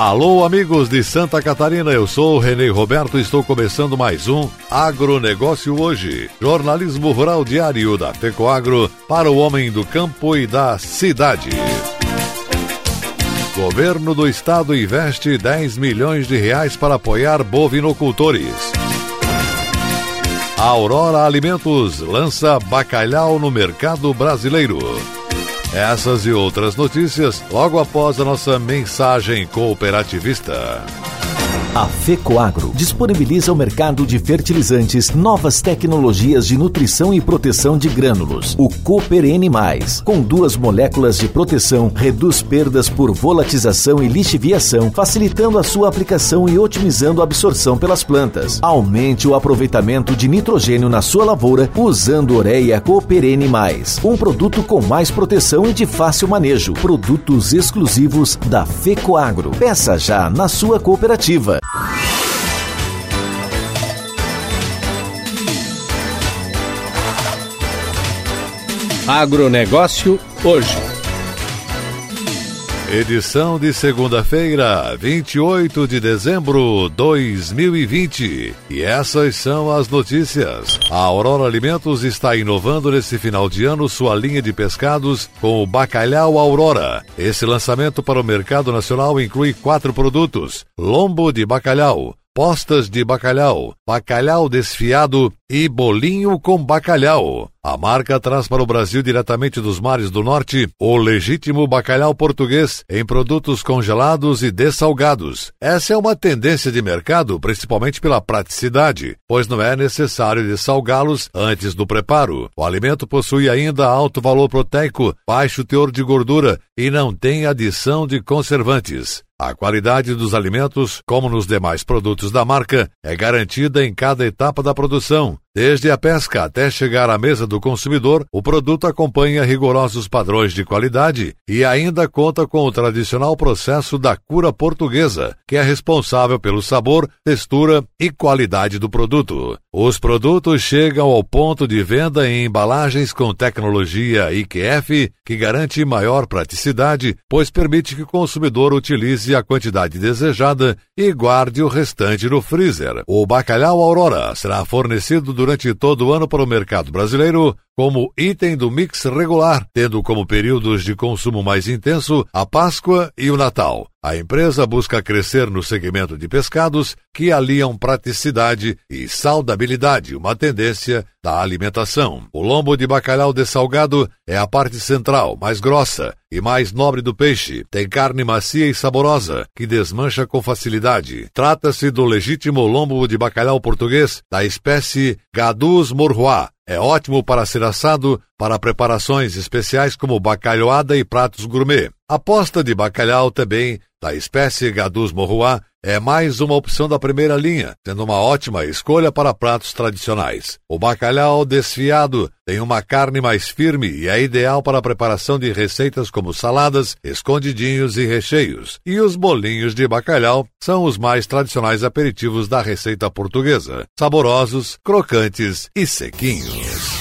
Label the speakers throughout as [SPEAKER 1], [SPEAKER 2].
[SPEAKER 1] Alô, amigos de Santa Catarina, eu sou o Renê Roberto e estou começando mais um Agronegócio Hoje, jornalismo rural diário da FECOAGRO para o homem do campo e da cidade. Governo do Estado investe 10 milhões de reais para apoiar bovinocultores. A Aurora Alimentos lança bacalhau no mercado brasileiro. Essas e outras notícias logo após a nossa mensagem cooperativista.
[SPEAKER 2] A FECOAGRO disponibiliza ao mercado de fertilizantes novas tecnologias de nutrição e proteção de grânulos. O Cooper N+, com 2 moléculas de proteção, reduz perdas por volatização e lixiviação, facilitando a sua aplicação e otimizando a absorção pelas plantas. Aumente o aproveitamento de nitrogênio na sua lavoura usando Ureia Cooper N+, um produto com mais proteção e de fácil manejo. Produtos exclusivos da FECOAGRO. Peça já na sua cooperativa.
[SPEAKER 3] Agronegócio Hoje.
[SPEAKER 1] Edição de segunda-feira, 28 de dezembro de 2020. E essas são as notícias. A Aurora Alimentos está inovando nesse final de ano sua linha de pescados com o bacalhau Aurora. Esse lançamento para o mercado nacional inclui 4 produtos: lombo de bacalhau, postas de bacalhau, bacalhau desfiado e bolinho com bacalhau. A marca traz para o Brasil, diretamente dos mares do norte, o legítimo bacalhau português em produtos congelados e dessalgados. Essa é uma tendência de mercado, principalmente pela praticidade, pois não é necessário dessalgá-los antes do preparo. O alimento possui ainda alto valor proteico, baixo teor de gordura e não tem adição de conservantes. A qualidade dos alimentos, como nos demais produtos da marca, é garantida em cada etapa da produção. Desde a pesca até chegar à mesa do consumidor, o produto acompanha rigorosos padrões de qualidade e ainda conta com o tradicional processo da cura portuguesa, que é responsável pelo sabor, textura e qualidade do produto. Os produtos chegam ao ponto de venda em embalagens com tecnologia IQF, que garante maior praticidade, pois permite que o consumidor utilize a quantidade desejada e guarde o restante no freezer. O bacalhau Aurora será fornecido durante todo o ano para o mercado brasileiro como item do mix regular, tendo como períodos de consumo mais intenso a Páscoa e o Natal. A empresa busca crescer no segmento de pescados que aliam praticidade e saudabilidade, uma tendência da alimentação. O lombo de bacalhau dessalgado é a parte central, mais grossa e mais nobre do peixe. Tem carne macia e saborosa, que desmancha com facilidade. Trata-se do legítimo lombo de bacalhau português da espécie Gadus morroá. É ótimo para ser assado para preparações especiais como bacalhoada e pratos gourmet. A posta de bacalhau também da espécie Gadus morroá é mais uma opção da primeira linha, sendo uma ótima escolha para pratos tradicionais. O bacalhau desfiado tem uma carne mais firme e é ideal para a preparação de receitas como saladas, escondidinhos e recheios. E os bolinhos de bacalhau são os mais tradicionais aperitivos da receita portuguesa, saborosos, crocantes e sequinhos.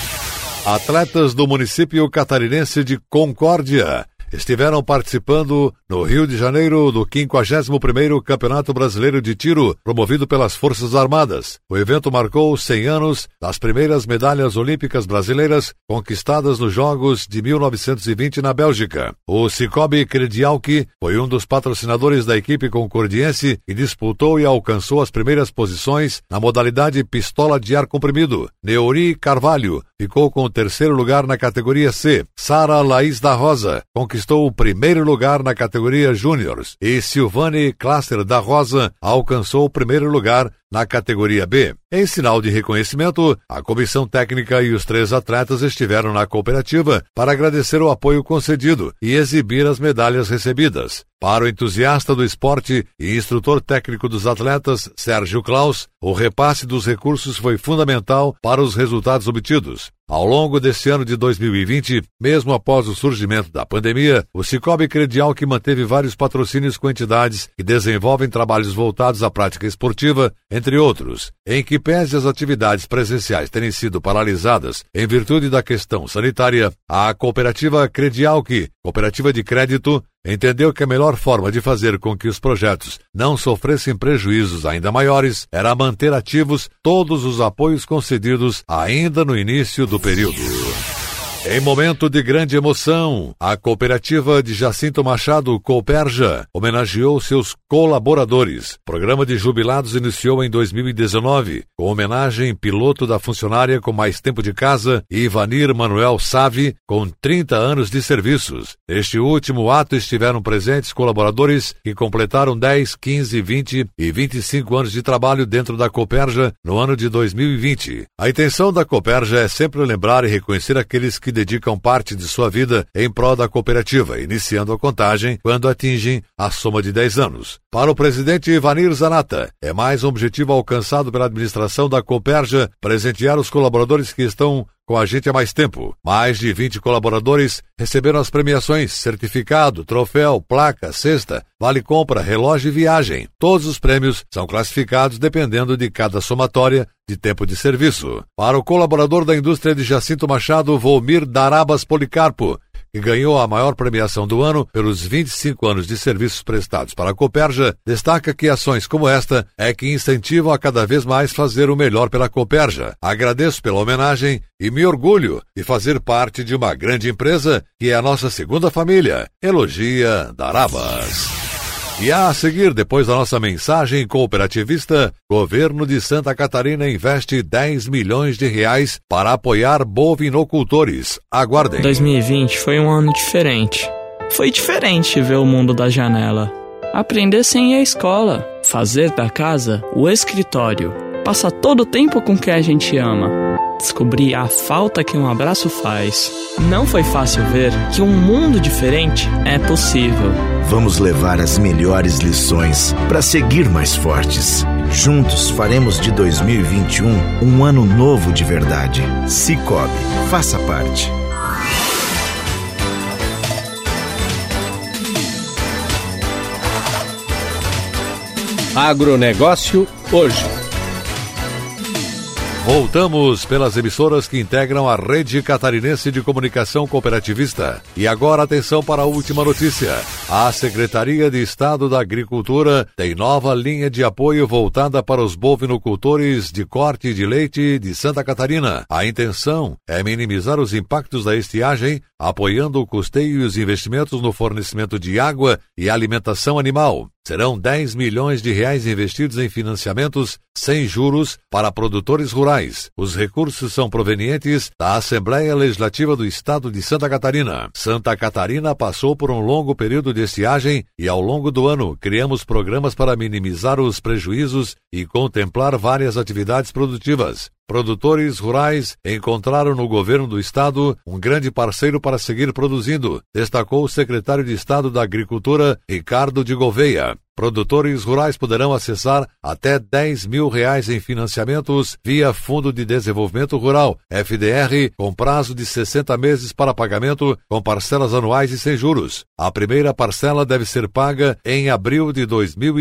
[SPEAKER 1] Atletas do município catarinense de Concórdia estiveram participando no Rio de Janeiro do 51º Campeonato Brasileiro de Tiro, promovido pelas Forças Armadas. O evento marcou 100 anos das primeiras medalhas olímpicas brasileiras conquistadas nos Jogos de 1920 na Bélgica. O Cicobi Credialc foi um dos patrocinadores da equipe concordiense e disputou e alcançou as primeiras posições na modalidade pistola de ar comprimido. Neuri Carvalho ficou com o 3º lugar na categoria C. Sara Laís da Rosa conquistou o 1º lugar na categoria Júniors e Silvane Classer da Rosa alcançou o 1º lugar na categoria B. Em sinal de reconhecimento, a comissão técnica e os 3 atletas estiveram na cooperativa para agradecer o apoio concedido e exibir as medalhas recebidas. Para o entusiasta do esporte e instrutor técnico dos atletas, Sérgio Klaus, o repasse dos recursos foi fundamental para os resultados obtidos. Ao longo deste ano de 2020, mesmo após o surgimento da pandemia, o Cicobi Credialc manteve vários patrocínios com entidades que desenvolvem trabalhos voltados à prática esportiva, entre outros, em que pese as atividades presenciais terem sido paralisadas em virtude da questão sanitária, a cooperativa Credialc, cooperativa de crédito, entendeu que a melhor forma de fazer com que os projetos não sofressem prejuízos ainda maiores era manter ativos todos os apoios concedidos ainda no início do período. Em momento de grande emoção, a cooperativa de Jacinto Machado, Cooperja, homenageou seus colaboradores. O programa de jubilados iniciou em 2019, com homenagem piloto da funcionária com mais tempo de casa, Ivanir Manuel Savi, com 30 anos de serviços. Neste último ato estiveram presentes colaboradores que completaram 10, 15, 20 e 25 anos de trabalho dentro da Cooperja no ano de 2020. A intenção da Cooperja é sempre lembrar e reconhecer aqueles que dedicam parte de sua vida em prol da cooperativa, iniciando a contagem quando atingem a soma de 10 anos. Para o presidente Ivanir Zanata, é mais um objetivo alcançado pela administração da Cooperja presentear os colaboradores que estão com a gente há mais tempo. Mais de 20 colaboradores receberam as premiações, certificado, troféu, placa, cesta, vale-compra, relógio e viagem. Todos os prêmios são classificados dependendo de cada somatória de tempo de serviço. Para o colaborador da indústria de Jacinto Machado, Volmir Darabas Policarpo, que ganhou a maior premiação do ano pelos 25 anos de serviços prestados para a Cooperja, destaca que ações como esta é que incentivam a cada vez mais fazer o melhor pela Cooperja. Agradeço pela homenagem e me orgulho de fazer parte de uma grande empresa que é a nossa segunda família, elogia Darabas. E a seguir, depois da nossa mensagem cooperativista, governo de Santa Catarina investe 10 milhões de reais para apoiar bovinocultores. Aguardem.
[SPEAKER 3] 2020 foi um ano diferente. Foi diferente ver o mundo da janela. Aprender sem ir à escola. Fazer da casa o escritório. Passar todo o tempo com quem a gente ama. Descobrir a falta que um abraço faz. Não foi fácil ver que um mundo diferente é possível.
[SPEAKER 4] Vamos levar as melhores lições para seguir mais fortes. Juntos faremos de 2021 um ano novo de verdade. Sicoob, faça parte.
[SPEAKER 5] Agronegócio hoje.
[SPEAKER 1] Voltamos pelas emissoras que integram a Rede Catarinense de Comunicação Cooperativista. E agora atenção para a última notícia. A Secretaria de Estado da Agricultura tem nova linha de apoio voltada para os bovinocultores de corte de leite de Santa Catarina. A intenção é minimizar os impactos da estiagem, apoiando o custeio e os investimentos no fornecimento de água e alimentação animal. Serão 10 milhões de reais investidos em financiamentos sem juros para produtores rurais. Os recursos são provenientes da Assembleia Legislativa do Estado de Santa Catarina. Santa Catarina passou por um longo período de estiagem e, ao longo do ano, criamos programas para minimizar os prejuízos e contemplar várias atividades produtivas. Produtores rurais encontraram no governo do estado um grande parceiro para seguir produzindo, destacou o secretário de Estado da Agricultura, Ricardo de Gouveia. Produtores rurais poderão acessar até 10 mil reais em financiamentos via Fundo de Desenvolvimento Rural, FDR, com prazo de 60 meses para pagamento, com parcelas anuais e sem juros. A primeira parcela deve ser paga em abril de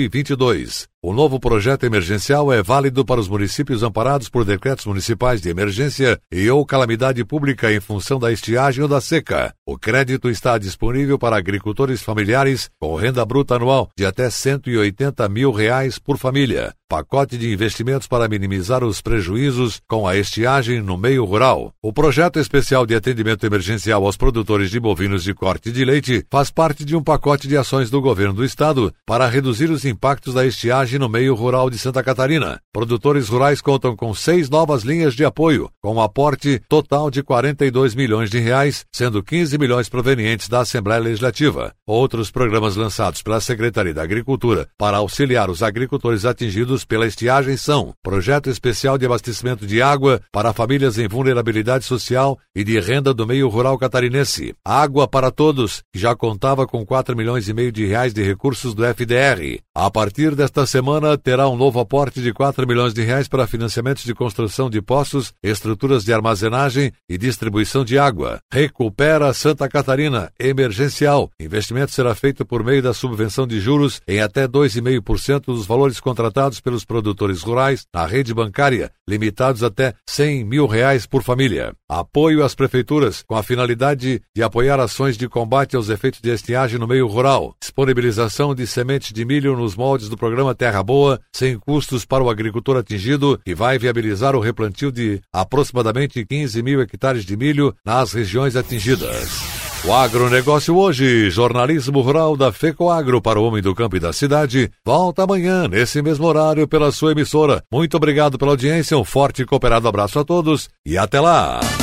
[SPEAKER 1] 2022. O novo projeto emergencial é válido para os municípios amparados por decretos municipais de emergência e ou calamidade pública em função da estiagem ou da seca. O crédito está disponível para agricultores familiares com renda bruta anual de até R$180 mil por família. Pacote de investimentos para minimizar os prejuízos com a estiagem no meio rural. O projeto especial de atendimento emergencial aos produtores de bovinos de corte de leite faz parte de um pacote de ações do governo do estado para reduzir os impactos da estiagem no meio rural de Santa Catarina. Produtores rurais contam com 6 novas linhas de apoio, com um aporte total de 42 milhões de reais, sendo 15 milhões provenientes da Assembleia Legislativa. Outros programas lançados pela Secretaria da Agricultura para auxiliar os agricultores atingidos pela estiagem são Projeto Especial de Abastecimento de Água para Famílias em Vulnerabilidade Social e de Renda do Meio Rural Catarinense, Água para Todos, que já contava com 4 milhões e meio de reais de recursos do FDR, A partir desta semana, terá um novo aporte de R$4 milhões para financiamentos de construção de poços, estruturas de armazenagem e distribuição de água. Recupera Santa Catarina, emergencial. Investimento será feito por meio da subvenção de juros em até 2,5% dos valores contratados pelos produtores rurais na rede bancária, limitados até R$100 mil por família. Apoio às prefeituras, com a finalidade de apoiar ações de combate aos efeitos de estiagem no meio rural. Disponibilização de sementes de milho nos moldes do programa Terra Boa, sem custos para o agricultor atingido, que vai viabilizar o replantio de aproximadamente 15 mil hectares de milho nas regiões atingidas. O agronegócio hoje, jornalismo rural da FECOAGRO para o homem do campo e da cidade, volta amanhã, nesse mesmo horário, pela sua emissora. Muito obrigado pela audiência, um forte e cooperado abraço a todos e até lá!